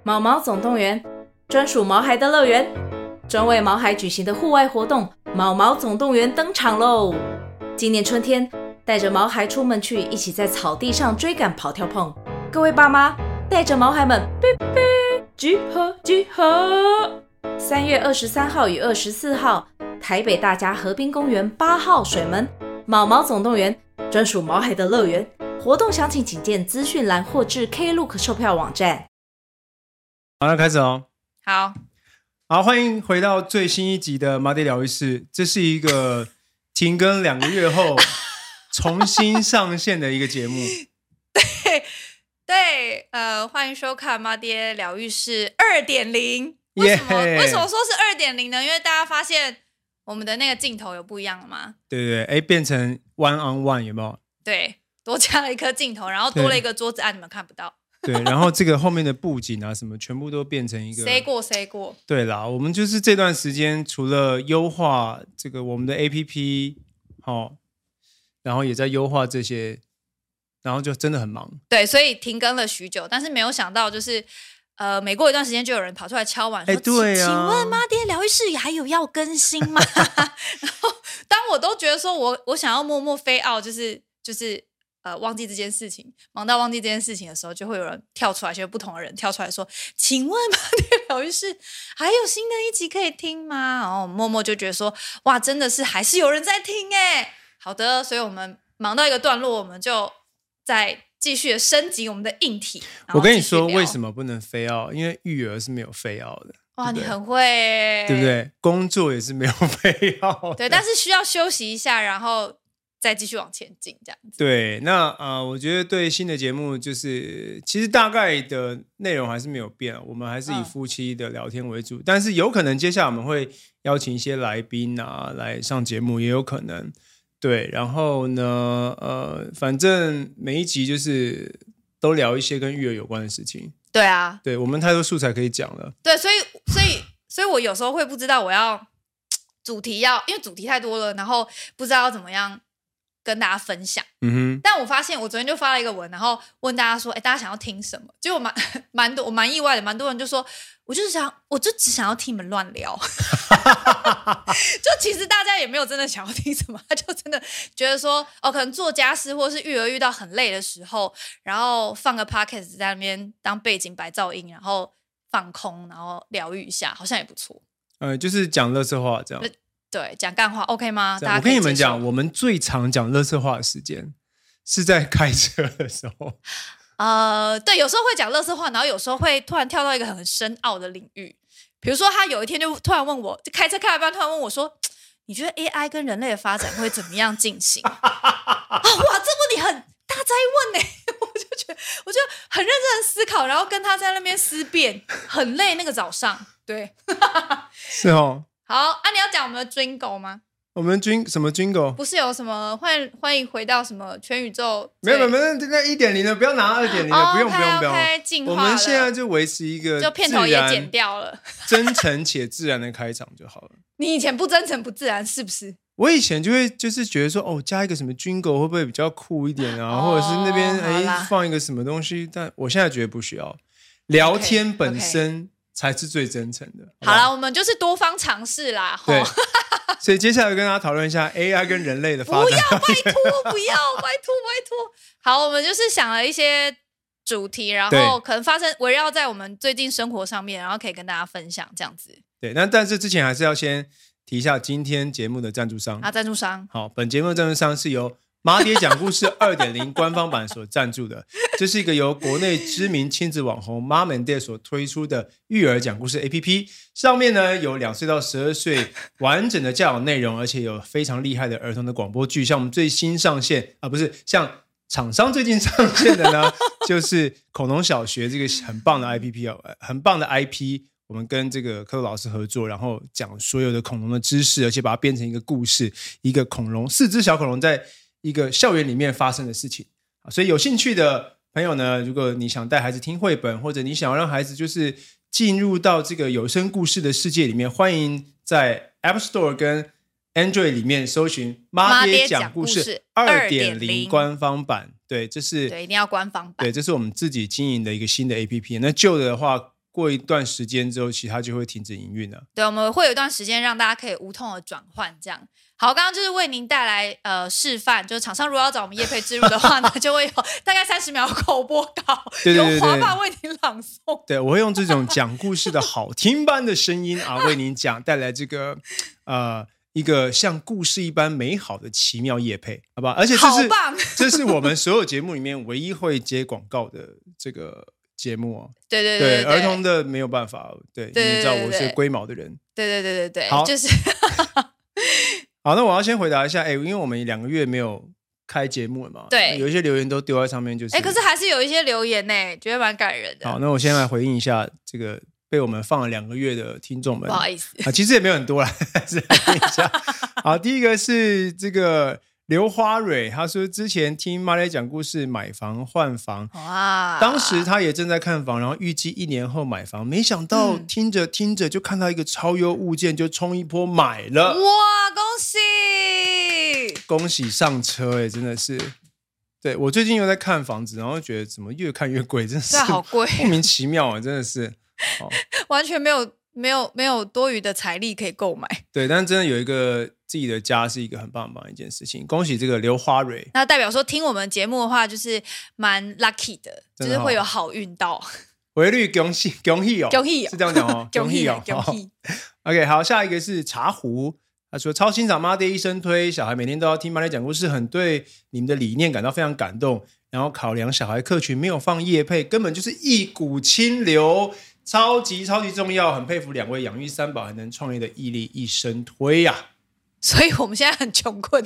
毛毛总动员，专属毛孩的乐园，专为毛孩举行的户外活动毛毛总动员登场喽！今年春天，带着毛孩出门去，一起在草地上追赶跑跳碰。各位爸妈，带着毛孩们，集合集合！3月23号与24号，台北大家河滨公园8号水门毛毛总动员，专属毛孩的乐园。活动详情请见资讯栏或至 Klook 售票网站。 好，那开始哦。 好， 欢迎回到最新一集的妈爹疗愈室。这是一个停更2个月后重新上线的一个节目。 对，欢迎收看妈爹疗愈室 2.0。为什么说是 2.0 呢？因为大家发现我们的那个镜头有不一样了吗？ 对，变成 one on one 有没有？ 对，多加了一颗镜头，然后多了一个桌子你们看不到。 对，然后这个后面的布景啊什么全部都变成一个塞过。 对啦，我们就是这段时间除了优化这个我们的 APP 然后也在优化这些，然后就真的很忙。 对，所以停更了许久，但是没有想到就是每过一段时间就有人跑出来敲碗说对啊， 请问妈爹疗愈室还有要更新吗？然后当我都觉得说我想要默默飞out，就是忘记这件事情，忙到忘记这件事情的时候，就会有人跳出来，就有不同的人跳出来说：“请问妈爹疗愈室还有新的一集可以听吗？”然后默默就觉得说：“哇，真的是还是有人在听哎。”好的，所以我们忙到一个段落，我们就再继续的升级我们的硬体。 我跟你说，为什么不能飞奥？因为育儿是没有飞奥的。 哇，你很会对不对？工作也是没有飞奥的。 对，但是需要休息一下，然后再继续往前进这样子。 对，那我觉得对新的节目就是其实大概的内容还是没有变，我们还是以夫妻的聊天为主，但是有可能接下来我们会邀请一些来宾来上节目，也有可能。对，然后呢反正每一集就是都聊一些跟育儿有关的事情。 对啊， 对，我们太多素材可以讲了。 对，所以我有时候会不知道我要主题因为主题太多了，然后不知道要怎么样跟大家分享。但我发现我昨天就发了一个文，然后问大家说大家想要听什么，结果我蛮意外的，蛮多人就说我就只想要听你们乱聊。就其实大家也没有真的想要听什么，他就真的觉得说可能做家事或是育儿遇到很累的时候，然后放个 podcast 在那边当背景白噪音，然后放空，然后疗愈一下，好像也不错。 就是讲垃圾话这样。 对，讲干话 OK 吗？大家我跟你们讲，我们最常讲垃圾话的时间是在开车的时候。 对，有时候会讲垃圾话，然后有时候会突然跳到一个很深奥的领域。比如说他有一天就突然问我，就开车开一半突然问我说，你觉得 AI 跟人类的发展会怎么样进行？哇，这问题很大哉问欸。我就很认真的思考，然后跟他在那边思辨，很累那个早上。对。 是哦。 好你要讲我们的 Jingle 吗？ 我们什么 Jingle？ 不是有什么欢迎回到什么全宇宙？ 没有，那 1.0 的不要拿2.0的，不用。 进化了。 我们现在就维持一个就片头也剪掉了， 真诚且自然的开场就好了。 你以前不真诚不自然是不是？ 我以前就是觉得说加一个什么 Jingle 会不会比较酷一点啊？或者是那边放一个什么东西，但我现在觉得不需要。聊天本身才是最真诚的。 好啦，我们就是多方尝试啦。 对，所以接下来跟大家讨论一下 AI 跟人类的发展。 不要，拜托，拜托。好，我们就是想了一些主题，然后可能围绕在我们最近生活上面，然后可以跟大家分享这样子。 对，但是之前还是要先提一下今天节目的赞助商。 赞助商。 好，本节目的赞助商是由妈爹讲故事 2.0 官方版所赞助的，这是一个由国内知名亲子网红 Mom and Dad 所推出的育儿讲故事 APP， 上面呢有2岁到12岁完整的教养内容，而且有非常厉害的儿童的广播剧，像我们最新上线像厂商最近上线的呢就是恐龙小学这个很棒的 APP， 很棒的 IP， 我们跟这个科罗老师合作，然后讲所有的恐龙的知识，而且把它变成一个故事，一个4只小恐龙在一个校园里面发生的事情。所以有兴趣的朋友呢，如果你想带孩子听绘本，或者你想要让孩子就是进入到这个有声故事的世界里面，欢迎在 App Store 跟 Android 里面搜寻妈爹讲故事 2.0 官方版。对，这是对，一定要官方版。 对，这是我们自己经营的一个新的 APP。那旧的话过一段时间之后，其实它就会停止营运了。 对，我们会有一段时间让大家可以无痛的转换，这样。好，刚刚就是为您带来示范，就是厂商如果要找我们业配置入的话呢，就会有大概30秒口播稿，由华爸为您朗诵。 对，我会用这种讲故事的好听般的声音啊，为您带来这个一个像故事一般美好的奇妙业配，好吧？而且这是我们所有节目里面唯一会接广告的这个节目哦。 对， 儿童的没有办法，对，你知道我是龟毛的人。 对， 好， 就是好，那我要先回答一下，因为我们2个月没有开节目了嘛， 对， 有一些留言都丢在上面，就是可是还是有一些留言呢，觉得蛮感人的。 好，那我先来回应一下这个被我们放了2个月的听众们， 不好意思其实也没有很多啦，还是来听一下。好，第一个是这个刘花蕊，他说之前听妈爹讲故事买房换房，哇，当时他也正在看房，然后预计1年后买房，没想到听着听着就看到一个超优物件，就冲一波买了， 哇， 恭喜上车真的是。对，我最近又在看房子，然后觉得怎么越看越贵，真的是好贵， 莫名其妙真的是， 完全没有多余的财力可以购买。 对，但真的有一个自己的家是一个很棒的一件事情，恭喜这个刘花蕊。 那代表说听我们节目的话，就是蛮 lucky 的，就是会有好运到。 回绿恭喜恭喜哦， 恭喜是这样讲哦， 恭喜哦，恭喜。 OK， 好，下一个是茶壶。他说超欣赏妈爹一生推，小孩每天都要听妈爹讲故事，很对你们的理念感到非常感动，然后考量小孩客群没有放业配，根本就是一股清流，超级重要，很佩服2位养育3宝还能创业的毅力，一生推啊。 所以我们现在很穷困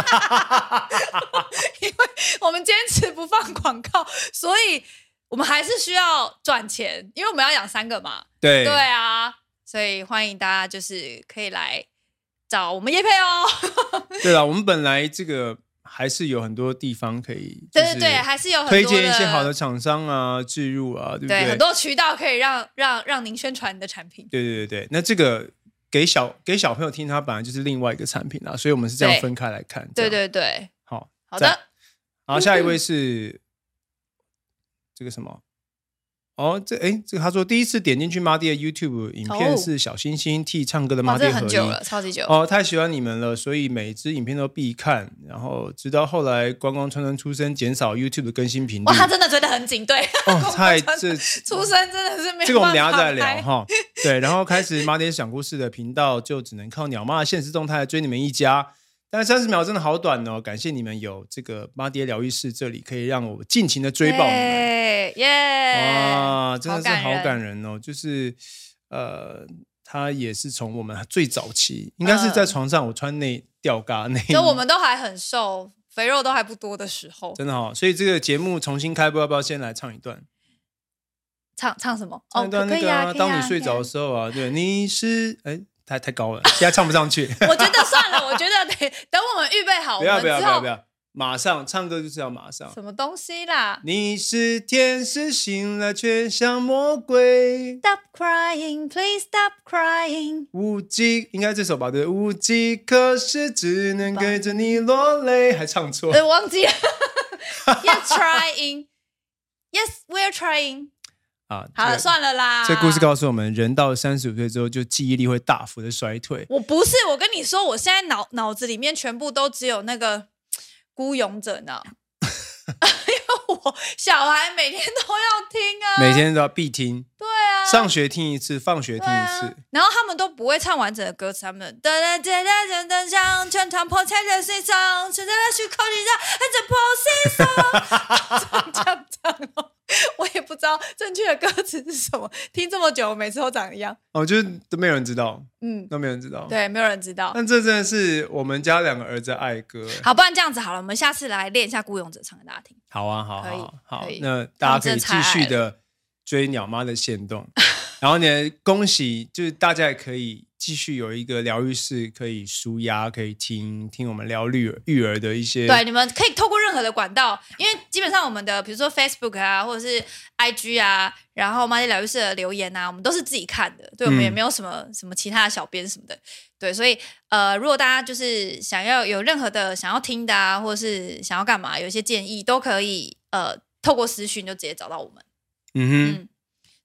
因为我们坚持不放广告，所以我们还是需要赚钱，因为我们要养3个嘛。对啊，所以欢迎大家就是可以来找我们业配哦。 对了，我们本来这个还是有很多地方可以， 对，还是有很多推荐一些好的厂商啊，置入啊，对不对？ 很多渠道可以让您宣传你的产品。 对，那这个给小朋友听，它本来就是另外一个产品啦，所以我们是这样分开来看。 对， 好的。 好，下一位是这个什么？这个他说第一次点进去妈爹的 YouTube 影片是小星星替唱歌的妈爹合音， 很久了，超级久太喜欢你们了，所以每支影片都必看。然后直到后来光川出生，减少 YouTube 的更新频率。 哇，他真的追得很紧，对，出生真的是没有办法这个我们等一下再聊哈。对，然后开始妈爹讲故事的频道，就只能靠鸟妈的限时动态来追你们一家。但30秒真的好短哦，感谢你们有这个妈爹疗愈室，这里可以让我尽情的追爆你们，哇，真的是好感人哦！就是他也是从我们最早期，应该是在床上我穿那吊嘎那， 就我们都还很瘦，肥肉都还不多的时候， 真的哦。所以这个节目重新开播，要不要先来唱一段？ 唱什么？ 唱一段那个当你睡着的时候啊，对，你是太高了，现在唱不上去。 我觉得算了，我觉得等我们预备好， 不要，马上唱歌就是要马上。 什么东西啦？ 你是天使，醒了却像魔鬼。 Stop crying, please stop crying。 无计，应该这首吧？对，无计可施，只能跟着你落泪。还唱错， 忘记了。Yes, trying. Yes, we're trying. 好了，算了啦。 这故事告诉我们，人到35岁之后，就记忆力会大幅的衰退。 我跟你说，我现在脑子里面全部都只有那个孤勇者呢，因为我小孩每天都要听啊， 每天都要必听。 对啊， 上学听一次，放学听一次， 然后他们都不会唱完整的歌词，他们噔噔噔噔噔像全场破菜的水上，现在去口里上，还在破西上，这样哦。我也不知道正确的歌词是什么，听这么久，我每次都长一样。 就是都没有人知道，都没有人知道， 对，没有人知道。 但这真的是我们家2个儿子的爱歌。 好，不然这样子好了，我们下次来练一下《孤勇者》，唱给大家听。 好啊，好，那大家可以继续的追鸟妈的限动，然后呢，恭喜，就是大家也可以继续有一个疗愈室，可以抒压，可以听我们聊育儿的一些。 对，你们可以透过任何的管道，因为基本上我们的比如说 Facebook 啊，或者是 IG 啊，然后妈爹疗愈室的留言啊，我们都是自己看的，对，我们也没有什么其他的小编什么的，对，所以如果大家就是想要有任何的想要听的啊，或者是想要干嘛，有一些建议都可以透过私讯就直接找到我们。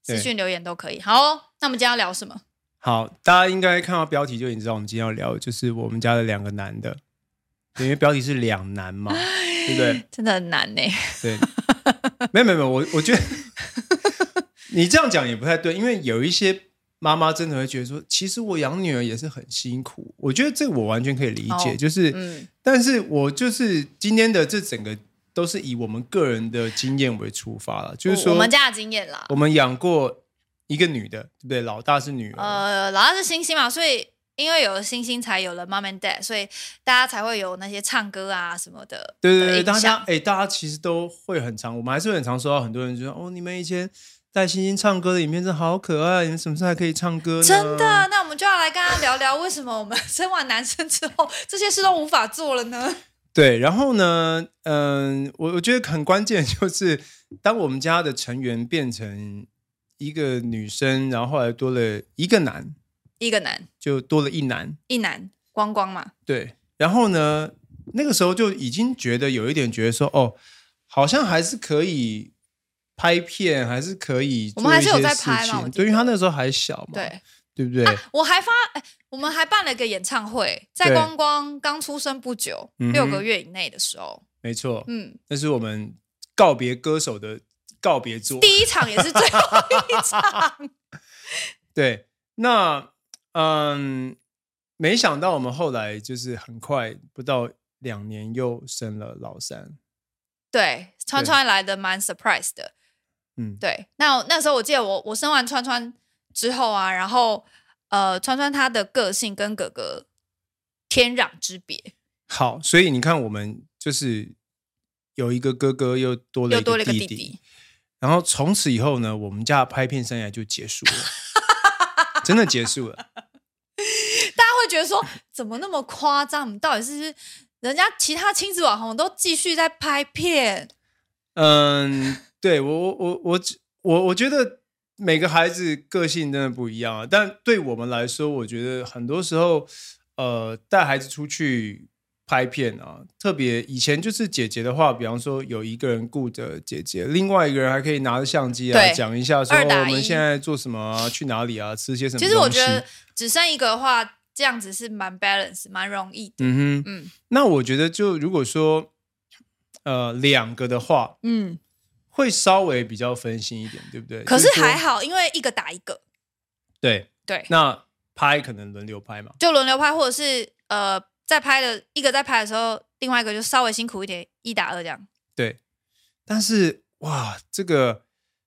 私讯留言都可以。好那我们今天要聊什么？ 好，大家应该看到标题就已经知道我们今天要聊的就是我们家的2个男的，因为标题是两难嘛，对不对？ 真的很难呢。 对，没有，我觉得你这样讲也不太对，因为有一些妈妈真的会觉得说，其实我养女儿也是很辛苦。我觉得这个我完全可以理解，但是我就是今天的这整个都是以我们个人的经验为出发了，就是说我们家的经验啦。 我们养过一个女的，对不对？老大是女儿， 老大是星星嘛，所以因为有了星星，才有了 Mom and Dad， 所以大家才会有那些唱歌啊什么的。 对，大家其实都会很常，我们还是会很常收到很多人就说，哦，你们以前带星星唱歌的影片真的好可爱，你们什么时候还可以唱歌呢？ 真的，那我们就要来跟他聊聊，为什么我们生完男生之后，这些事都无法做了呢？ 对，然后呢，我觉得很关键就是，当我们家的成员变成一个女生，然后后来多了一个男，就多了一男，光光嘛。 对，然后呢，那个时候就已经觉得有一点觉得说，哦，好像还是可以拍片，还是可以做一些事情。 我们还是有在拍嘛， 对，因为他那个时候还小嘛，对不对？ 我们还办了一个演唱会，在光光刚出生不久，6个月以内的时候， 没错，那是我们告别歌手的告别作， 第一场也是最后一场。 对，那没想到我们后来就是很快不到2年又生了老三。 对，川川来的蛮 surprise 的。对，那时候我记得我生完川川之后啊，然后川川他的个性跟哥哥天壤之别。好， 所以你看我们就是有一个哥哥又多了一个弟弟，然后从此以后呢，我们家的拍片生涯就结束了。真的结束了。 大家会觉得说怎么那么夸张，我们到底是人家其他亲子网红都继续在拍片。 对，我觉得每个孩子个性真的不一样啊，但对我们来说，我觉得很多时候带孩子出去拍片啊，特别以前就是姐姐的话，比方说有一个人顾着姐姐，另外一个人还可以拿着相机啊讲一下说我们现在做什么啊，去哪里啊，吃些什么东西。 其实我觉得只剩一个的话，这样子是蛮 balance 蛮容易的。 那我觉得就如果说2个的话，会稍微比较分心一点，对不对？ 可是还好，因为一个打一个。 对，那拍可能轮流拍嘛， 就轮流拍，或者是在拍的一个在拍的时候，另外一个就稍微辛苦一点，1打2这样。对， 但是哇，这个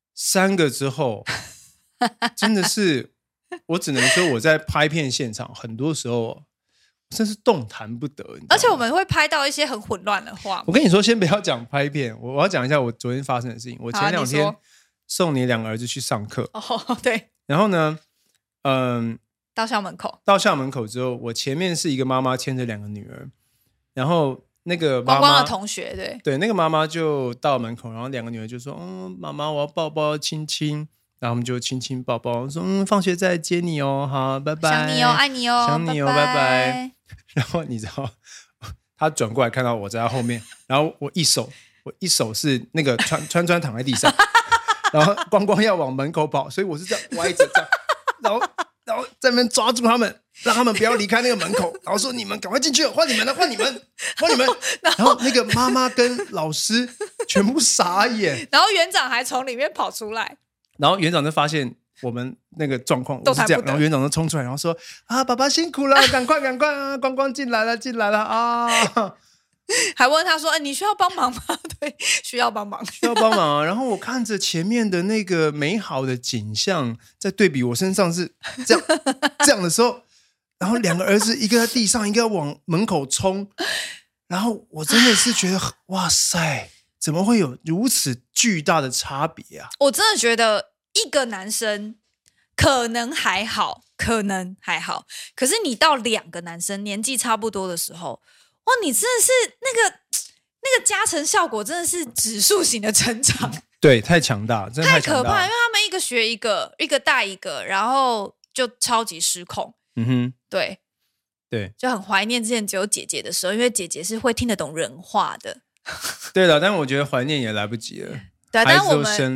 3个之后，真的是我只能说我在拍片现场，很多时候真是动弹不得。 而且我们会拍到一些很混乱的画面。 我跟你说，先不要讲拍片，我要讲一下我昨天发生的事情。我前2天送你2个儿子去上课， 对， 然后呢， 到校门口之后，我前面是一个妈妈牵着2个女儿，然后那个妈妈光光的同学， 对，那个妈妈就到门口，然后2个女儿就说：“妈妈，我要抱抱亲亲。”然后我们就亲亲抱抱，说：“放学再接你哦，好，拜拜， 想你哦，爱你哦， 想你哦，拜拜。”然后你知道，他转过来看到我在他后面，然后我一手是那个川躺在地上，然后光光要往门口跑，所以我是这样歪着这样，然后在那边抓住他们，让他们不要离开那个门口，然后说：“你们赶快进去，换你们了，换你们。”然后那个妈妈跟老师全部傻眼， 然后园长还从里面跑出来， 然后园长就发现我们那个状况我是这样，然后园长就冲出来，然后说：“啊，爸爸辛苦了，赶快啊，光光进来了啊！” 还问他说：“你需要帮忙吗？”对，需要帮忙啊。然后我看着前面的那个美好的景象，在对比我身上是这样的时候，然后2个儿子，一个在地上，一个要往门口冲，然后我真的是觉得，哇塞，怎么会有如此巨大的差别啊？ 我真的觉得一个男生可能还好，可是你到2个男生年纪差不多的时候，哇，你真的是那个加成效果真的是指数型的成长。 对，太强大，真的太可怕，因为他们一个学一个带一个，然后就超级失控。对，就很怀念之前只有姐姐的时候，因为姐姐是会听得懂人话的。 对了，但我觉得怀念也来不及了。 对， 孩子都生了，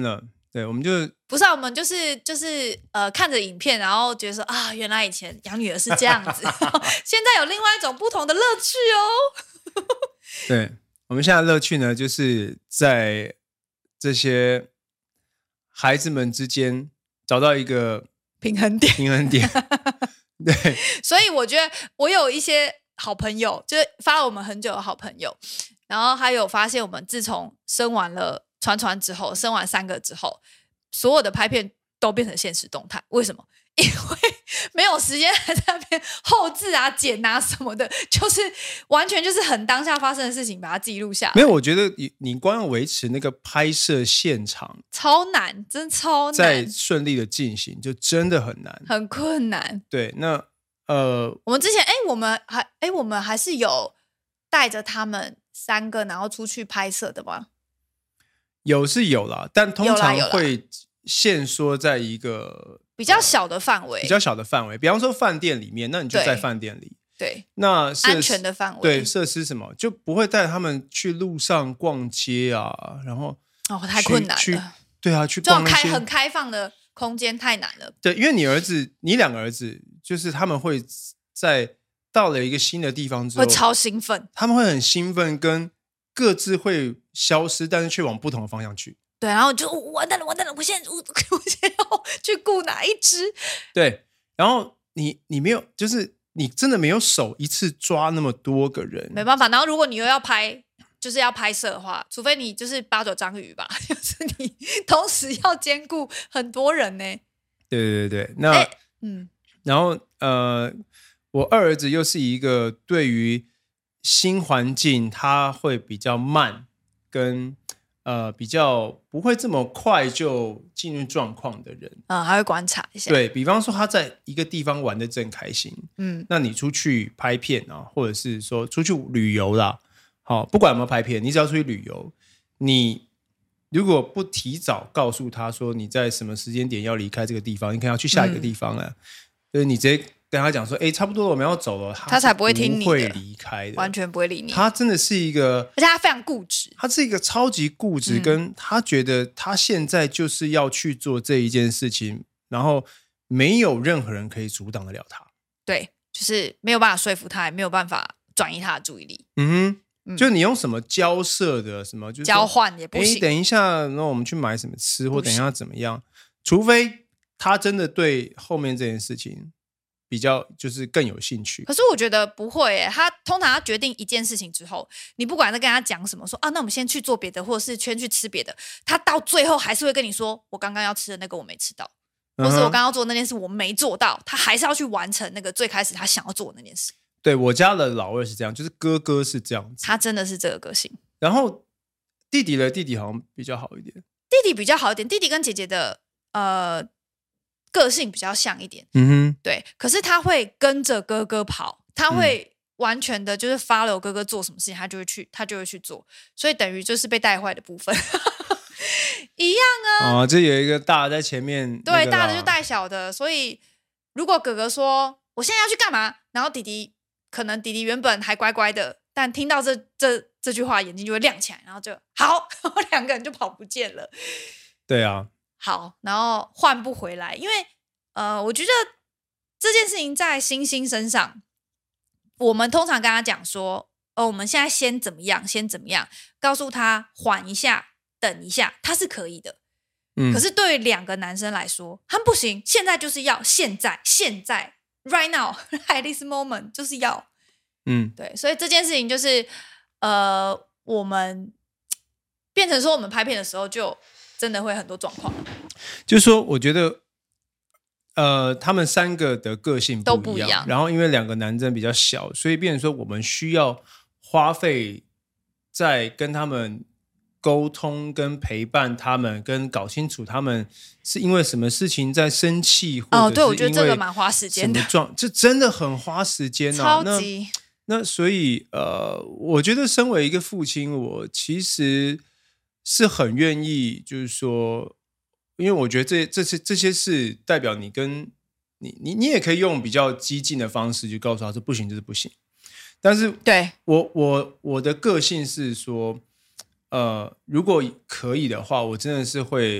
对，我们就不是、啊，我们就是看着影片，然后觉得说啊，原来以前养女儿是这样子，现在有另外一种不同的乐趣哦。 对，我们现在的乐趣呢，就是在这些孩子们之间找到一个平衡点。 对， 所以我觉得我有一些好朋友，就是发了我们很久的好朋友，然后他有发现我们自从生完了传之后，生完3个之后，所有的拍片都变成限时动态。为什么？因为没有时间在那边后置啊、剪啊什么的，就是完全就是很当下发生的事情，把它记录下来。 没有，我觉得你光要维持那个拍摄现场超难，真超难， 再顺利的进行，就真的很难， 很困难。 对，那我们之前我们还是有带着他们3个，然后出去拍摄的吗？ 有是有啦，但通常会限缩在一个比较小的范围， 比方说饭店里面，那你就在饭店里， 对， 那安全的范围， 对，设施什么就不会带他们去路上逛街啊，然后太困难了， 对啊，去逛那些很开放的空间太难了。 对，因为你2个儿子，就是他们会在到了一个新的地方之后， 会超兴奋， 他们会很兴奋，跟各自会消失，但是却往不同的方向去。 对，然后就完蛋了，我现在要去顾哪一只？ 对，然后你没有，就是你真的没有手一次抓那么多个人， 没办法。然后如果你又要拍，就是要拍摄的话，除非你就是8九章鱼吧，就是你同时要兼顾很多人呢。 对，那然后我2儿子又是一个对于新环境他会比较慢，跟比较不会这么快就进入状况的人， 还会观察一下。 对，比方说他在一个地方玩得正开心，那你出去拍片啊，或者是说出去旅游啦，好，不管有没有拍片，你只要出去旅游，你如果不提早告诉他说你在什么时间点要离开这个地方，你可能要去下一个地方了，就是你直接跟他讲说，差不多我们要走了， 他才不会听你的， 不会离开的， 完全不会理你。 他真的是一个， 而且他非常固执， 他是一个超级固执，跟他觉得他现在就是要去做这一件事情，然后没有任何人可以阻挡得了他。 对，就是没有办法说服他，也没有办法转移他的注意力。 就你用什么交涉的什么，就是交换也不行。 等一下，那我们去买什么吃，或等一下怎么样？除非他真的对后面这件事情比较就是更有兴趣。 可是我觉得不会耶，他通常他决定一件事情之后，你不管在跟他讲什么，说那我们先去做别的，或者是先去吃别的，他到最后还是会跟你说，我刚刚要吃的那个我没吃到，或是我刚刚要做的那件事我没做到，他还是要去完成那个最开始他想要做的那件事。 对，我家的老2是这样，就是哥哥是这样子， 他真的是这个个性。 然后弟弟好像比较好一点， 弟弟跟姐姐的个性比较像一点，对。可是他会跟着哥哥跑，他会完全的就是 follow 哥哥做什么事情，他就会去做，所以等于就是被带坏的部分一样啊。 这有一个大的在前面， 对，大的就带小的，所以如果哥哥说我现在要去干嘛，然后弟弟原本还乖乖的，但听到这句话眼睛就会亮起来，然后就好，然后2个人就跑不见了。 对啊， 好，然后换不回来，因为我觉得这件事情在星星身上，我们通常跟他讲说，我们现在先怎么样，告诉他缓一下，等一下，他是可以的。可是对于2个男生来说，他们不行，现在就是要现在 right now at this moment 就是要，对，所以这件事情就是我们变成说我们拍片的时候就真的会很多状况。 就是说我觉得他们3个的个性都不一样， 然后因为2个男生比较小，所以变成说我们需要花费在跟他们沟通跟陪伴他们，跟搞清楚他们是因为什么事情在生气，或者是因为对，我觉得这个蛮花时间的， 这真的很花时间超级。 那所以我觉得身为一个父亲，我其实是很愿意，就是说，因为我觉得这些事代表你跟你也可以用比较激进的方式去告诉他说不行就是不行，但是对我的个性是说，如果可以的话，我真的是会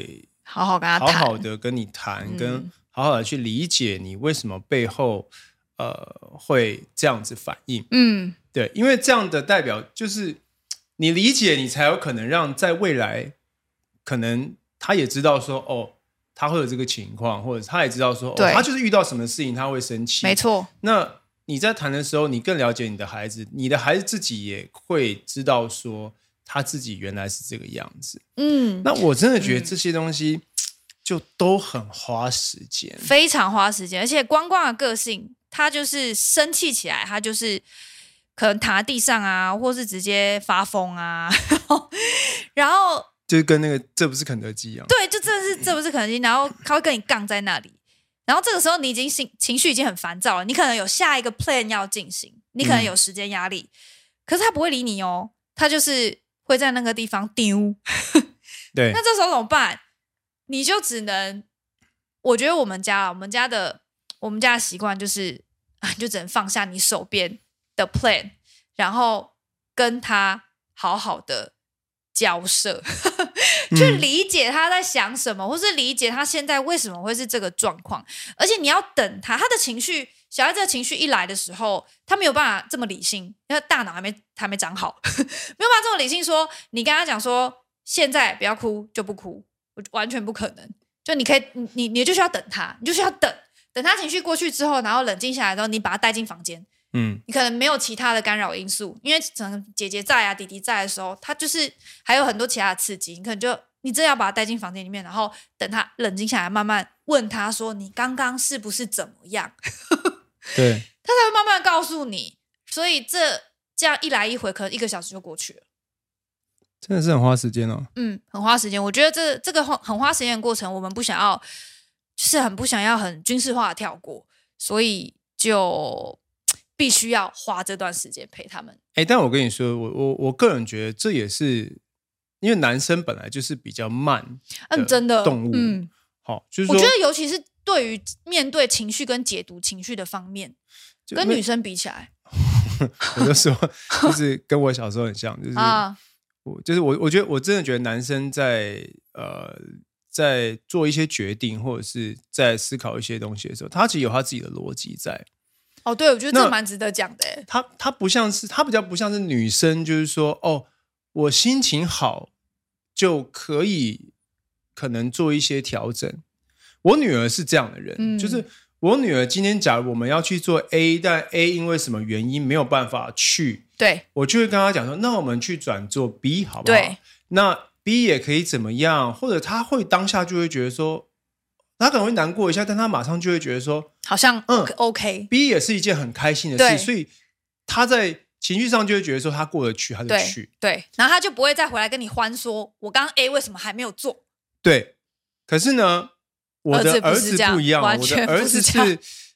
好好跟他谈， 好好的跟你谈，跟好好的去理解你为什么背后会这样子反应。对，因为这样的代表就是你理解，你才有可能让在未来可能他也知道说他会有这个情况，或者他也知道说他就是遇到什么事情他会生气。 没错。 那你在谈的时候，你更了解你的孩子，你的孩子自己也会知道说他自己原来是这个样子。那我真的觉得这些东西就都很花时间， 非常花时间，而且光光的个性，他就是生气起来，他就是可能躺在地上啊，或是直接发疯啊，然后就跟那个这不是肯德基一样。 对，就真的是这不是肯德基，然后他会跟你杠在那里。然后这个时候你已经情绪已经很烦躁了，你可能有下一个 plan 要进行，你可能有时间压力，可是他不会理你哦，他就是会在那个地方丢。 对， 那这时候怎么办？你就只能，我觉得我们家的习惯就是你就只能放下你手边的 plan， 然后跟他好好的交涉。去理解他在想什么，或是理解他现在为什么会是这个状况，而且你要等他的情绪，小孩子的情绪一来的时候，他没有办法这么理性，因为大脑还没长好，没有办法这么理性说，你跟他讲说现在不要哭就不哭，完全不可能。就你可以，你就需要等他，你就需要等他情绪过去之后，然后冷静下来之后，你把他带进房间。你可能没有其他的干扰因素，因为可能姐姐在啊、弟弟在的时候，他就是还有很多其他的刺激，你可能你真的要把他带进房间里面，然后等他冷静下来，慢慢问他说：“你刚刚是不是怎么样？” 对， 他才会慢慢告诉你。所以这样一来一回，可能1个小时就过去了， 真的是很花时间哦。 很花时间。我觉得这个很花时间的过程，我们不想要，就是很不想要很军事化的跳过，所以就必须要花这段时间陪他们。 但我跟你说，我个人觉得这也是因为男生本来就是比较慢真的动物。好，就是说我觉得尤其是对于面对情绪跟解读情绪的方面，跟女生比起来， 我就说就是跟我小时候很像，就是我觉得我真的觉得男生在做一些决定或者是在思考一些东西的时候，他其实有他自己的逻辑在。 对，我觉得这蛮值得讲的耶。 他比较不像是女生，就是说我心情好就可以可能做一些调整。我女儿是这样的人，就是我女儿今天假如我们要去做 A， 但 A 因为什么原因没有办法去， 对， 我就会跟她讲说，那我们去转做 B 好不好？ 对， 那 B 也可以怎么样？或者她会当下就会觉得说，她可能会难过一下，但她马上就会觉得说， 好像 OK。 B 也是一件很开心的事，所以她在情绪上就会觉得说，她过得去，她就去。 对，然后她就不会再回来跟你欢说，我刚刚 A 为什么还没有做？ 对，可是呢，我的儿子不一样，我的儿子是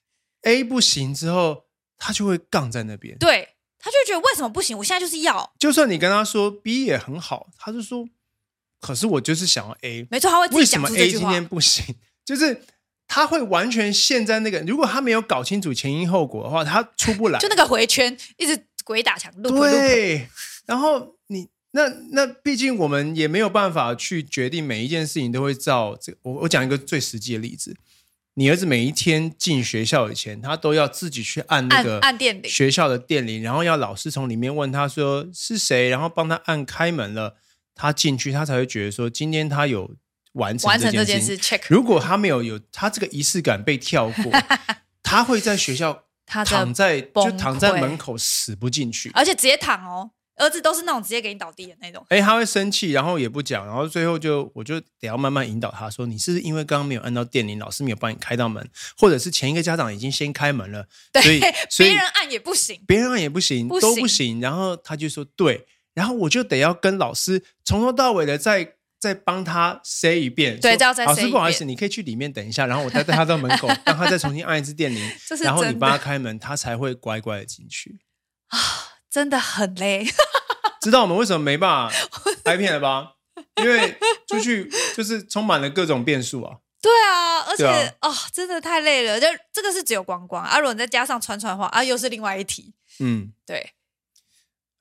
A 不行之后，他就会杠在那边。 对，他就觉得为什么不行？我现在就是要。 就算你跟他说 B 也很好，他就说，可是我就是想要 A。 没错，他会自己讲出这句话。 为什么 A 今天不行？就是他会完全陷在那个，如果他没有搞清楚前因后果的话，他出不来。 就那个回圈，一直鬼打墙。 对，然后你。那毕竟我们也没有办法去决定每一件事情都会照这个。我讲一个最实际的例子，你儿子每一天进学校以前，他都要自己去按那个电铃， 学校的电铃，然后要老师从里面问他说是谁，然后帮他按开门了，他进去，他才会觉得说今天他有完成这件事。 check。 如果他没有他这个仪式感被跳过，他会在学校躺在门口死不进去， 而且直接躺哦。儿子都是那种直接给你倒地的那种。 他会生气，然后也不讲，然后最后我就得要慢慢引导他说，你是不是因为刚刚没有按到电铃，老师没有帮你开到门，或者是前一个家长已经先开门了，所以别人按也不行， 都不行。然后他就说对，然后我就得要跟老师从头到尾的再帮他 say 一遍， 对，再 say 一遍。 老师不好意思，你可以去里面等一下，然后我再带他到门口，让他再重新按一次电铃，然后你帮他开门，他才会乖乖的进去。 真的很累。 知道我们为什么没办法拍片了吧？因为出去就是充满了各种变数啊。 对啊，而且真的太累了。就这个是只有光光，如果你再加上串的话，又是另外一题。 对。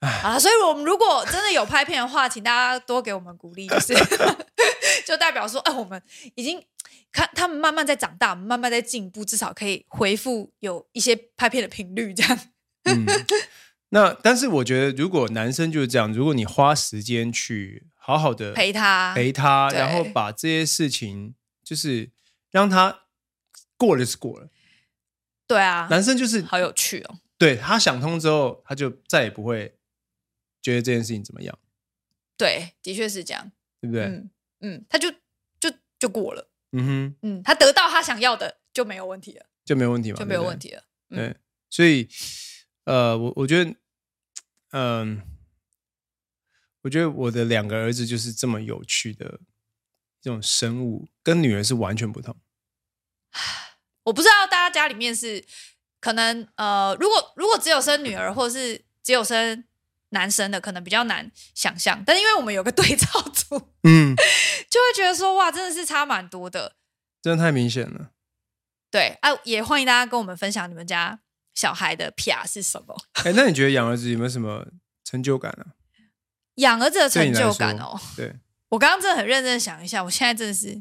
啊，所以我们如果真的有拍片的话，请大家多给我们鼓励，就是就代表说，我们已经看他们慢慢在长大，我们慢慢在进步，至少可以恢复有一些拍片的频率，这样。 那但是我觉得，如果男生就是这样，如果你花时间去好好的陪他， 然后把这些事情就是让他过了是过了。 对啊， 男生就是好有趣哦。对， 他想通之后，他就再也不会觉得这件事情怎么样。 对，的确是这样， 对不对？ 他就过了。他得到他想要的就没有问题了， 就没有问题嘛， 就没有问题了。 对，所以我觉得，我觉得我的2个儿子就是这么有趣的这种生物，跟女儿是完全不同。 我不知道大家家里面是可能如果只有生女儿或者是只有生男生的，可能比较难想象。但是因为我们有个对照组，就会觉得说哇，真的是差蛮多的， 真的太明显了。 对啊，也欢迎大家跟我们分享你们家小孩的撇是什么。 那你觉得养儿子有没有什么成就感啊？ 养儿子的成就感哦， 对， 我刚刚真的很认真想一下，我现在真的是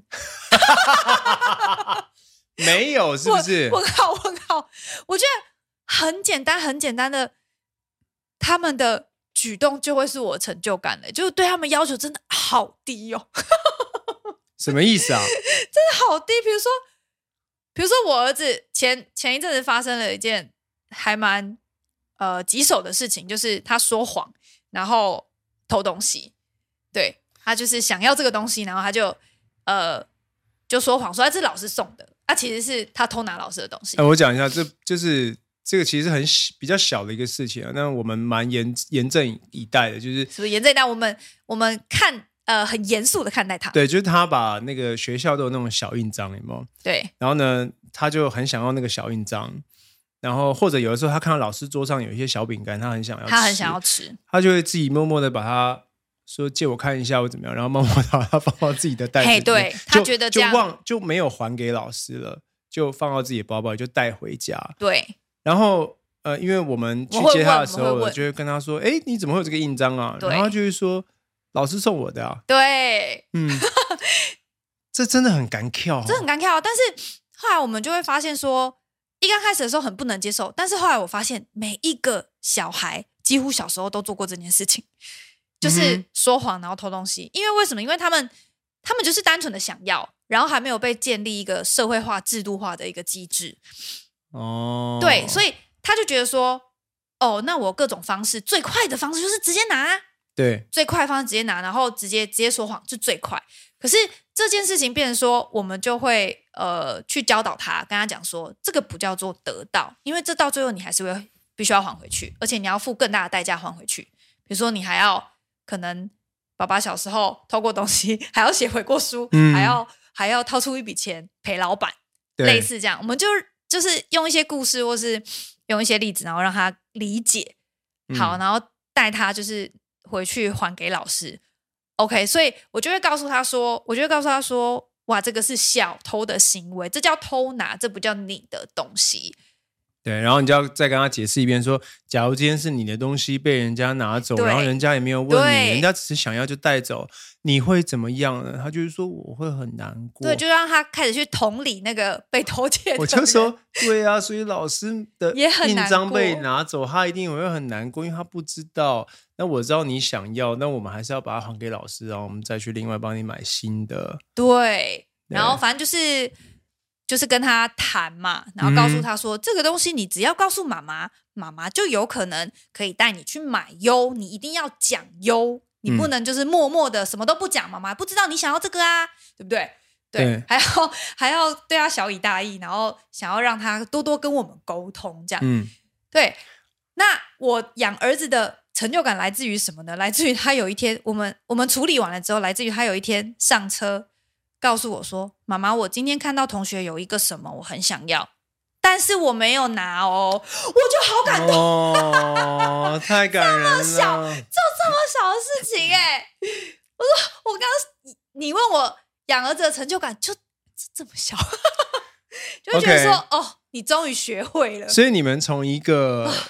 没有，是不是？ 问号，我觉得很简单的，他们的举动就会是我成就感了，就是对他们要求真的好低哦。 什么意思啊？ 真的好低。比如说我儿子前一阵子发生了一件还蛮棘手的事情，就是他说谎，然后偷东西。对，他就是想要这个东西，然后他就说谎说这是老师送的，其实是他偷拿老师的东西。 我讲一下，这个其实很比较小的一个事情啊，那我们蛮严阵以待的，就是是不是严阵以待？我们看很严肃的看待他。 对，就是他把那个学校都有那种小印章，有没有？ 对。 然后呢，他就很想要那个小印章，然后或者有的时候他看到老师桌上有一些小饼干，他很想要吃，他就会自己默默的把它说借我看一下或怎么样，然后默默的把它放到自己的袋子里面。 对，他觉得这样就没有还给老师了，就放到自己的包包，就带回家。 对。 然后因为我们去接他的时候，就会跟他说：“你怎么会有这个印章啊？”然后他就会说：“老师送我的啊。” 对， 这真的很干跳， 这很干跳。但是后来我们就会发现说，一刚开始的时候很不能接受，但是后来我发现每一个小孩几乎小时候都做过这件事情，就是说谎然后偷东西。因为为什么？因为他们就是单纯的想要，然后还没有被建立一个社会化制度化的一个机制。对，所以他就觉得说，那我各种方式，最快的方式就是直接拿。 对， 最快的方式直接拿，然后直接说谎就最快。可是这件事情变成说，我们就会去教导他，跟他讲说，这个不叫做得到，因为这到最后你还是必须要还回去，而且你要付更大的代价还回去。比如说你还要可能爸爸小时候偷过东西，还要写悔过书，还要掏出一笔钱赔老板，类似这样。我们就是用一些故事或是用一些例子，然后让他理解好，然后带他就是回去还给老师。OK， 所以我就会告诉他说，哇，这个是小偷的行为，这叫偷拿，这不叫你的东西。 对，然后你就要再跟他解释一遍说，假如今天是你的东西被人家拿走，然后人家也没有问你，人家只是想要就带走，你会怎么样呢？他就是说我会很难过。 对，就让他开始去同理那个被偷窃的人。 我就说对啊，所以老师的印章被拿走，他一定会很难过，因为他不知道。那我知道你想要，那我们还是要把它还给老师，然后我们再去另外帮你买新的。 对，然后反正就是跟他谈嘛，然后告诉他说，这个东西你只要告诉妈妈，妈妈就有可能可以带你去买优，你一定要讲优，你不能就是默默的什么都不讲，妈妈不知道你想要这个啊，对不对？对，还要对他小以大义，然后想要让他多多跟我们沟通，这样。对。那我养儿子的成就感来自于什么呢？来自于他有一天，我们处理完了之后，来自于他有一天上车告诉我说，妈妈，我今天看到同学有一个什么我很想要，但是我没有拿哦，我就好感动太感人了， 做这么小的事情我说我刚刚你问我养儿子的成就感就这么小就觉得说你终于学会了。 所以你们从一个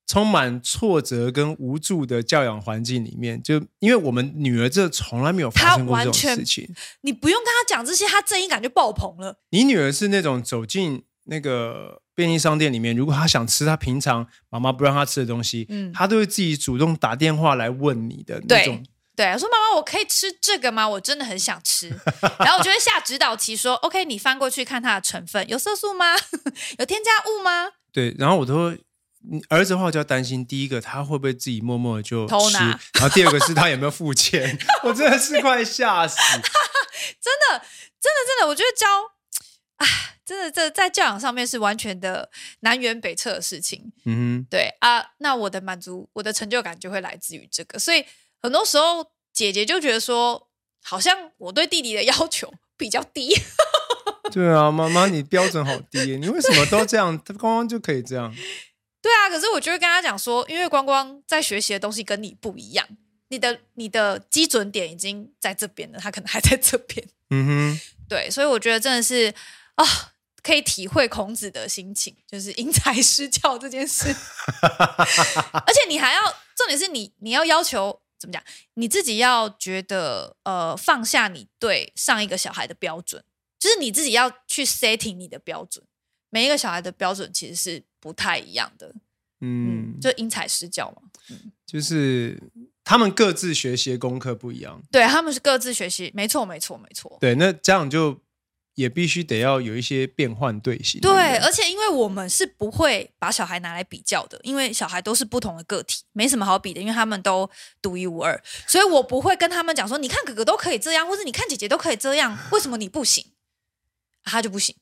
充满挫折跟无助的教养环境里面，就因为我们女儿这从来没有发生过这种事情， 你不用跟她讲这些，她正义感就爆棚了。 你女儿是那种走进那个便利商店里面，如果她想吃她平常妈妈不让她吃的东西，她都会自己主动打电话来问你的那种。 对，我说妈妈，我可以吃这个吗？我真的很想吃。然后我就会下指导棋说 OK， 你翻过去看它的成分，有色素吗？有添加物吗？ 对，然后我都会儿子的话我就要担心，第一个他会不会自己默默的就偷拿， 然后第二个是他有没有付钱。我真的是快吓死。 真的，我觉得真的这在教养上面是完全的南辕北辙的事情。对啊，那我的满足，我的成就感就会来自于这个，所以很多时候姐姐就觉得说，好像我对弟弟的要求比较低。 对啊，妈妈你标准好低，你为什么都这样？光光就可以这样。 对啊，可是我就会跟他讲说，因为光光在学习的东西跟你不一样，你的基准点已经在这边了，他可能还在这边。对，所以我觉得真的是可以体会孔子的心情，就是因材施教这件事。而且你还要，重点是你要要求怎么讲，你自己要觉得放下你对上一个小孩的标准，就是你自己要去 setting 你的标准。每一个小孩的标准其实是不太一样的，就因材施教嘛。 就是他们各自学习的功课不一样， 对，他们是各自学习，没错。 对，那家长就也必须得要有一些变换队形。 对，而且因为我们是不会把小孩拿来比较的，因为小孩都是不同的个体，没什么好比的，因为他们都独一无二，所以我不会跟他们讲说，你看哥哥都可以这样，或者你看姐姐都可以这样，为什么你不行？他就不行。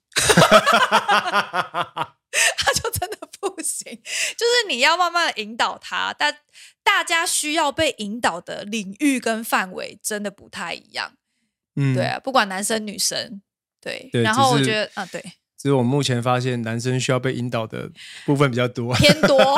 他就真的不行，就是你要慢慢的引导他，但大家需要被引导的领域跟范围真的不太一样。对啊，不管男生女生，对。然后我觉得对， 只是我目前发现男生需要被引导的部分比较多， 偏多，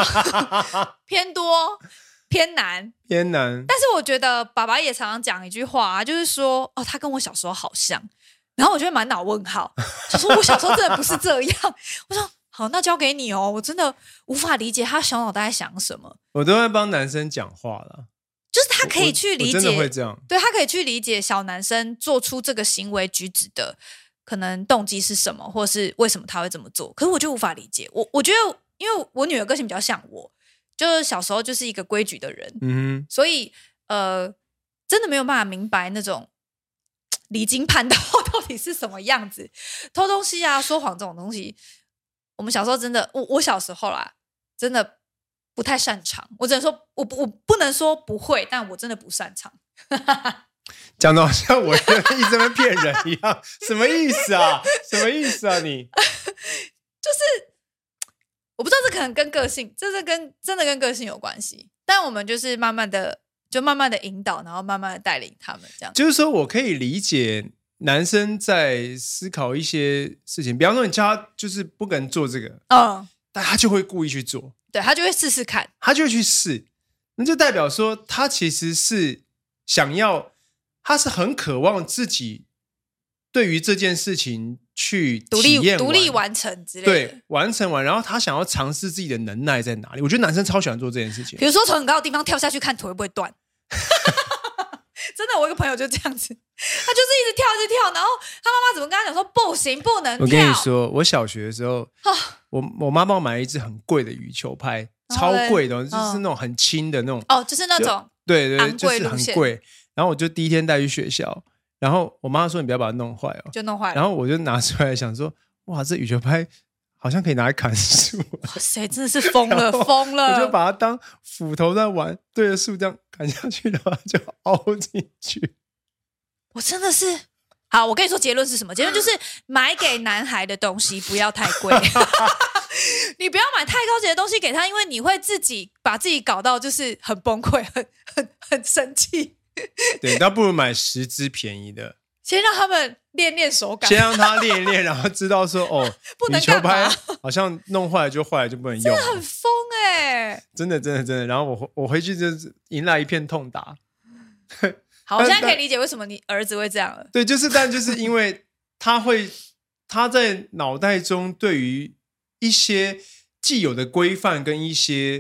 偏难。但是我觉得爸爸也常常讲一句话就是说他跟我小时候好像。然后我就会满脑问号，就说我小时候真的不是这样。我说好，那交给你哦，我真的无法理解他小脑袋在想什么。 我都会帮男生讲话啦， 就是他可以去理解， 我真的会这样。 对，他可以去理解小男生做出这个行为举止的可能动机是什么，或是为什么他会这么做。可是我就无法理解，我觉得因为我女儿个性比较像我，就是小时候就是一个规矩的人，所以真的没有办法明白那种离经叛道到底是什么样子。偷东西啊，说谎这种东西，我们小时候真的，我小时候啦，真的不太擅长。我只能说，我不能说不会，但我真的不擅长。 讲的好像我一直在骗人一样，什么意思啊？什么意思啊？你就是我不知道，这可能跟个性，这是真的跟个性有关系。但我们就是慢慢的引导，然后慢慢的带领他们，这样。 就是说我可以理解男生在思考一些事情，比方说你叫他就是不能做这个，但他就会故意去做， 对，他就会试试看， 他就会去试，那就代表说他其实是想要，他是很渴望自己对于这件事情去体验独立完成之类的， 对，完成完，然后他想要尝试自己的能耐在哪里。我觉得男生超喜欢做这件事情， 比如说从很高的地方跳下去看腿会不会断。真的，我一个朋友就这样子，他就是一直跳，然后他妈妈怎么跟他讲说不行，不能跳。 我跟你说，我小学的时候，我妈帮我买了一支很贵的羽球拍，超贵的，就是那种很轻的那种， 就是那种对，就是很贵。然后我就第一天带去学校，然后我妈说你不要把它弄坏哦， 就弄坏了。 然后我就拿出来想说，哇，这羽球拍好像可以拿来砍树。 哇塞，真的是疯了！ 我就把它当斧头在玩，对着树这样砍下去的话就凹进去。 我真的是好，我跟你说结论是什么？结论就是买给男孩的东西不要太贵。你不要买太高级的东西给他，因为你会自己把自己搞到就是很崩溃，很生气。 对，倒不如买10支便宜的， 先让他们练手感， 先让他练一练，然后知道说羽球拍好像弄坏了就坏了，就不能用了， 真的很疯真的。然后我回去就是迎来一片痛打。 好，我现在可以理解为什么你儿子会这样了。 对，但就是因为他在脑袋中对于一些既有的规范跟一些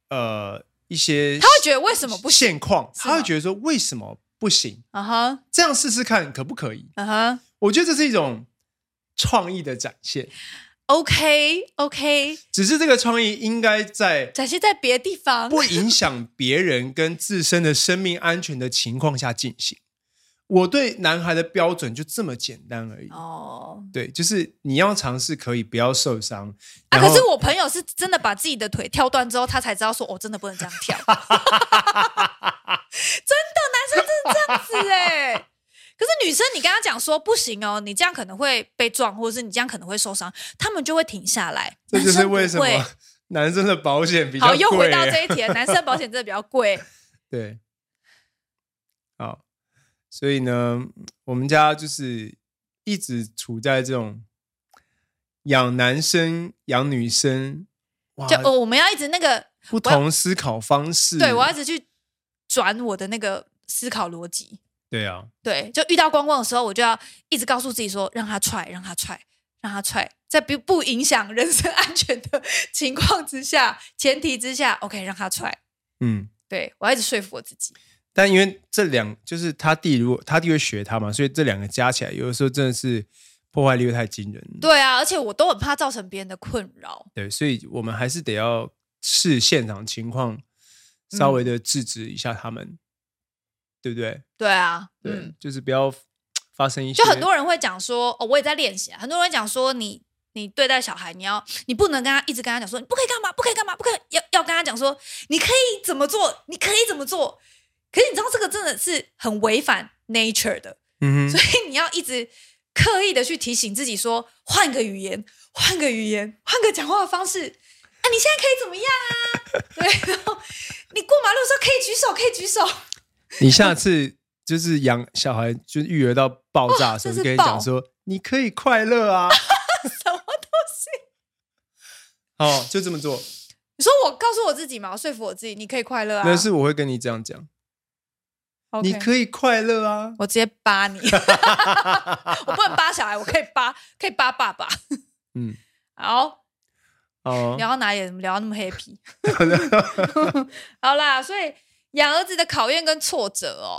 一些他会觉得为什么不行现况，他会觉得说为什么不行？这样试试看可不可以？我觉得这是一种创意的展现。 OK， 只是这个创意应该展现在别的地方， 不影响别人跟自身的生命安全的情况下进行。我对男孩的标准就这么简单而已。对，就是你要尝试可以不要受伤。 可是我朋友是真的把自己的腿跳断之后，他才知道说，真的不能这样跳。真的，男生真的这样子可是女生你跟他讲说不行哦，你这样可能会被撞，或者是你这样可能会受伤，他们就会停下来。 这就是为什么男生的保险比较贵。 好，又回到这一题了，男生保险真的比较贵。 对，好，所以呢，我们家就是一直处在这种养男生养女生， 就我们要一直那个不同思考方式。 对，我要一直去转我的那个思考逻辑。 对啊， 对，就遇到光光的时候，我就要一直告诉自己说，让他踹，让他踹，让他踹，在不影响人身安全的情况之下，前提之下 ，OK， 让他踹。对，我要一直说服我自己。 但因为就是他弟会学他嘛，所以这两个加起来，有的时候真的是破坏力会太惊人。 对啊，而且我都很怕造成别人的困扰。 对，所以我们还是得要视现场情况，稍微的制止一下他们。对不对？ 对啊， 对，就是不要发生一些。 就很多人会讲说，我也在练习。很多人会讲说，你对待小孩，你不能一直跟他讲说，你不可以干嘛，不可以干嘛，不可以要跟他讲说，你可以怎么做，你可以怎么做。可是你知道这个真的是很违反 nature 的，所以你要一直刻意的去提醒自己说，换个语言，换个讲话的方式。你现在可以怎么样啊？对，然后你过马路的时候可以举手。 你下次就是养小孩，就是育儿到爆炸的时候，就跟你讲说，你可以快乐啊， 什么东西？就这么做。 你说我告诉我自己嘛，我说服我自己，你可以快乐啊。 但是我会跟你这样讲，你可以快乐啊， 我直接扒你，我不能扒小孩，我可以扒爸爸。好。聊到哪里？怎么聊到那么 happy？ 好啦，所以养儿子的考验跟挫折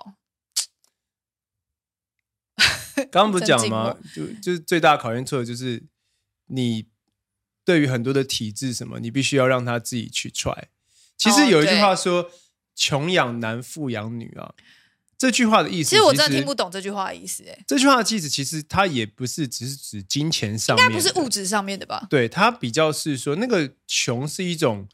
刚刚不是讲吗？就是最大的考验挫折就是你对于很多的体制什么，你必须要让他自己去 try。其实有一句话说“穷养男，富养女”啊。这句话的意思， 其实我真的听不懂这句话的意思。 这句话的意思其实它也不是只是指金钱上面的， 应该不是物质上面的吧？ 对，它比较是说那个穷是一种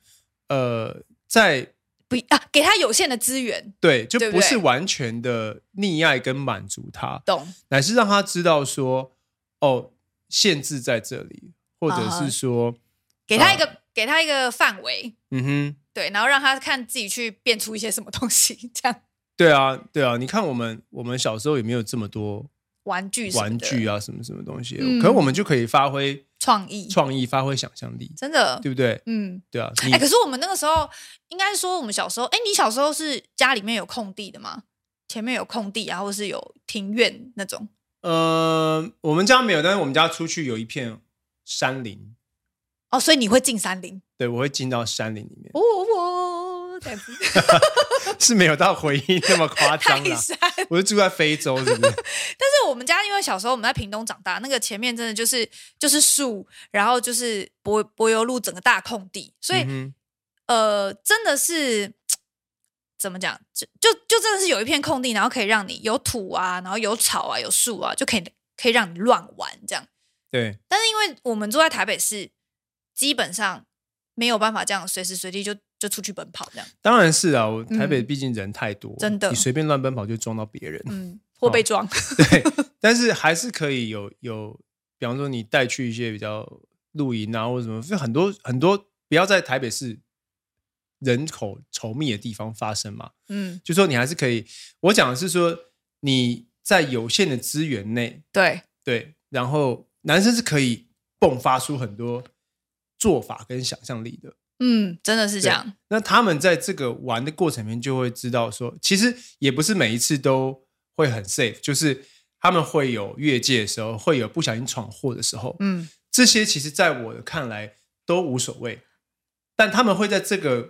给他有限的资源， 对，就不是完全的溺爱跟满足他， 懂？ 乃是让他知道说，限制在这里，或者是说给他一个范围，对，然后让他看自己去变出一些什么东西，这样。 对啊，你看我们小时候也没有这么多玩具啊，什么东西，可是我们就可以发挥创意，发挥想象力， 真的， 对不对？对啊。 可是我们那个时候，应该说我们小时候，你小时候是家里面有空地的吗？前面有空地啊，或是有庭院那种？ 我们家没有，但是我们家出去有一片山林。 所以你会进山林？ 对，我会进到山林里面。 这样子是没有到回音那么夸张啦。我是住在非洲，是不是？但是我们家因为小时候我们在屏东长大，那个前面真的就是树，然后就是柏油路整个大空地，所以真的是怎么讲？就真的是有一片空地，然后可以让你有土啊，然后有草啊，有树啊，就可以让你乱玩这样。 对。 但是因为我们住在台北市，基本上没有办法这样随时随地就出去奔跑这样。 当然是啊，台北毕竟人太多， 真的， 你随便乱奔跑就撞到别人， 或被撞。 对，但是还是可以有，比方说你带去一些比较露营啊，或者什么，很多不要在台北市人口稠密的地方发生嘛。就说你还是可以，我讲的是说你在有限的资源内，对，然后男生是可以迸发出很多做法跟想象力的。 真的是这样。 那他们在这个玩的过程里面就会知道说，其实也不是每一次都会很 safe， 就是他们会有越界的时候，会有不小心闯祸的时候。这些其实在我看来都无所谓，但他们会在这个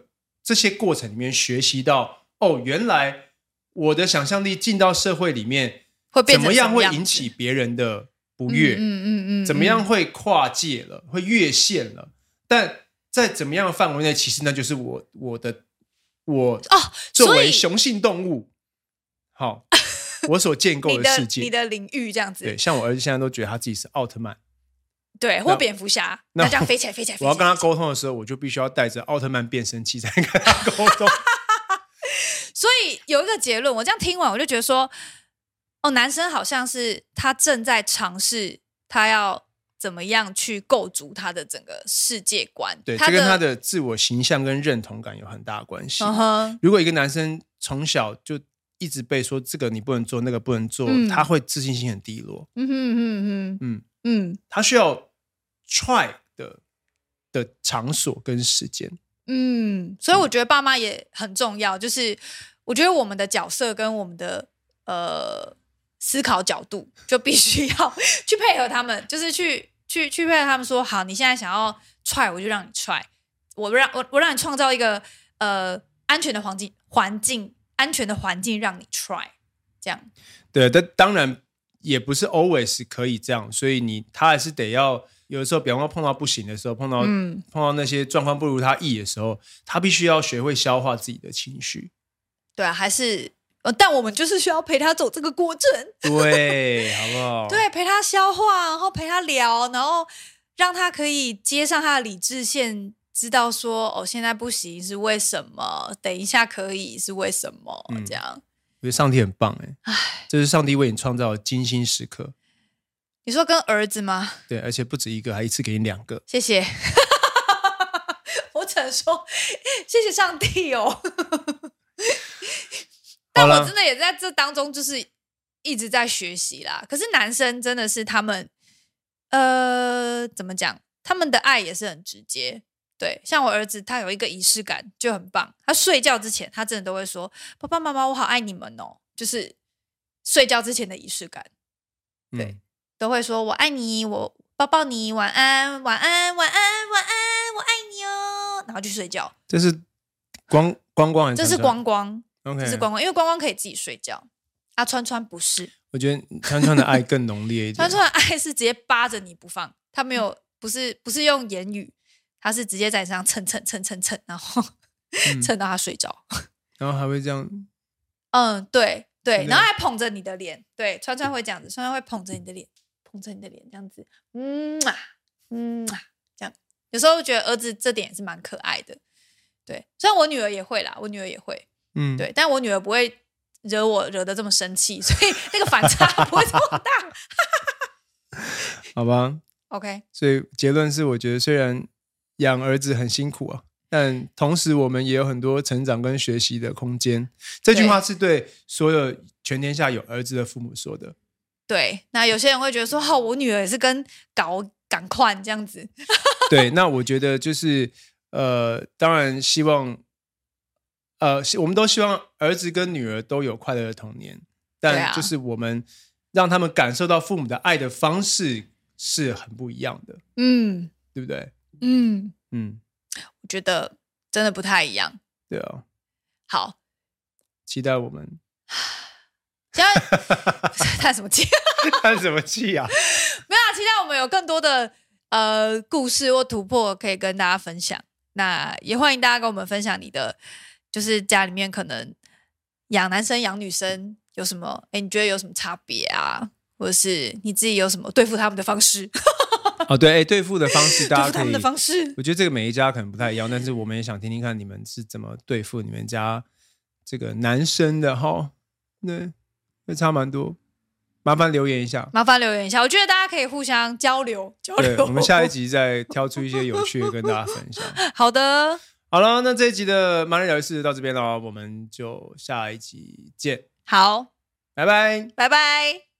这些过程里面学习到，原来我的想象力进到社会里面会变成怎么样会什么样子引起别人的不悦，怎么样会跨界了，会越线了，但在怎么样的范围内，其实那就是我作为雄性动物，好，我所建构的世界， 你的领域这样子。 对，像我儿子现在都觉得他自己是奥特曼， 对，或蝙蝠侠，那这样飞起来，飞起来。 我要跟他沟通的时候，我就必须要带着奥特曼变声器才跟他沟通。 所以有一个结论，我这样听完，我就觉得说，男生好像是他正在尝试，他要怎么样去构筑他的整个世界观。 对，这跟他的自我形象跟认同感有很大的关系。如果一个男生从小就一直被说这个你不能做，那个不能做，他会自信心很低落。他需要 try 的场所跟时间。 所以我觉得爸妈也很重要，就是我觉得我们的角色跟我们的思考角度就必须要去配合他们，就是去配合他们说，好，你现在想要 try 我就让你 try， 我让你创造一个安全的环境安全的环境让你 try， 这样。 对，但当然也不是 always 可以这样，所以他还是得要有的时候，比方说碰到不行的时候，碰到那些状况不如他意的时候，他必须要学会消化自己的情绪。 对啊，还是但我们就是需要陪他走这个过程， 对，好不好？ 对，陪他消化，然后陪他聊，然后让他可以接上他的理智线，知道说现在不行是为什么，等一下可以是为什么，这样。 我觉得上帝很棒这是上帝为你创造的精心时刻。 你说跟儿子吗？ 对，而且不止一个，还一次给你2个。 谢谢。我只能说谢谢上帝哦。但我真的也在这当中就是一直在学习啦。可是男生真的是他们怎么讲，他们的爱也是很直接。对，像我儿子他有一个仪式感就很棒，他睡觉之前他真的都会说爸爸妈妈我好爱你们哦，就是睡觉之前的仪式感。对，都会说我爱你，我抱抱你，晚安晚安晚安晚安，我爱你哦，然后去睡觉。 这是光光， 这是光光 ，OK， 这是光光，因为光光可以自己睡觉，川川不是。我觉得川川的爱更浓烈一点。 川川的爱是直接扒着你不放，他没有不是用言语，他是直接在你身上蹭，然后蹭到他睡着， 然后还会这样。 对对，然后还捧着你的脸。对，川川会这样子，川川会捧着你的脸，这样子，这样。有时候觉得儿子这点也是蛮可爱的。对，虽然我女儿也会啦，对，但我女儿不会惹得这么生气，所以那个反差不会这么大。 好吧 ，OK。 所以结论是，我觉得虽然养儿子很辛苦啊，但同时我们也有很多成长跟学习的空间。这句话是对所有全天下有儿子的父母说的。 对，那有些人会觉得说，我女儿也是跟赶快这样子。 对，那我觉得就是当然希望我们都希望儿子跟女儿都有快乐的童年，但就是我们让他们感受到父母的爱的方式是很不一样的。对不对？ 我觉得真的不太一样。 对啊。 好， 期待我们。 叹什么气？ 叹什么气啊？ 没有啊，期待我们有更多的故事或突破可以跟大家分享。那也欢迎大家跟我们分享你的，就是家里面可能养男生养女生有什么，你觉得有什么差别啊？或者是你自己有什么对付他们的方式？ 对，对付的方式，大家可以对付他们的方式。 我觉得这个每一家可能不太一样，但是我们也想听听看你们是怎么对付你们家这个男生的哈。对，会差蛮多。麻烦留言一下， 我觉得大家可以互相交流。 对，我们下一集再挑出一些有趣的跟大家分享。 好的， 好了，那这一集的盲人聊事到这边了，我们就下一集见。 好， 拜拜， 拜拜。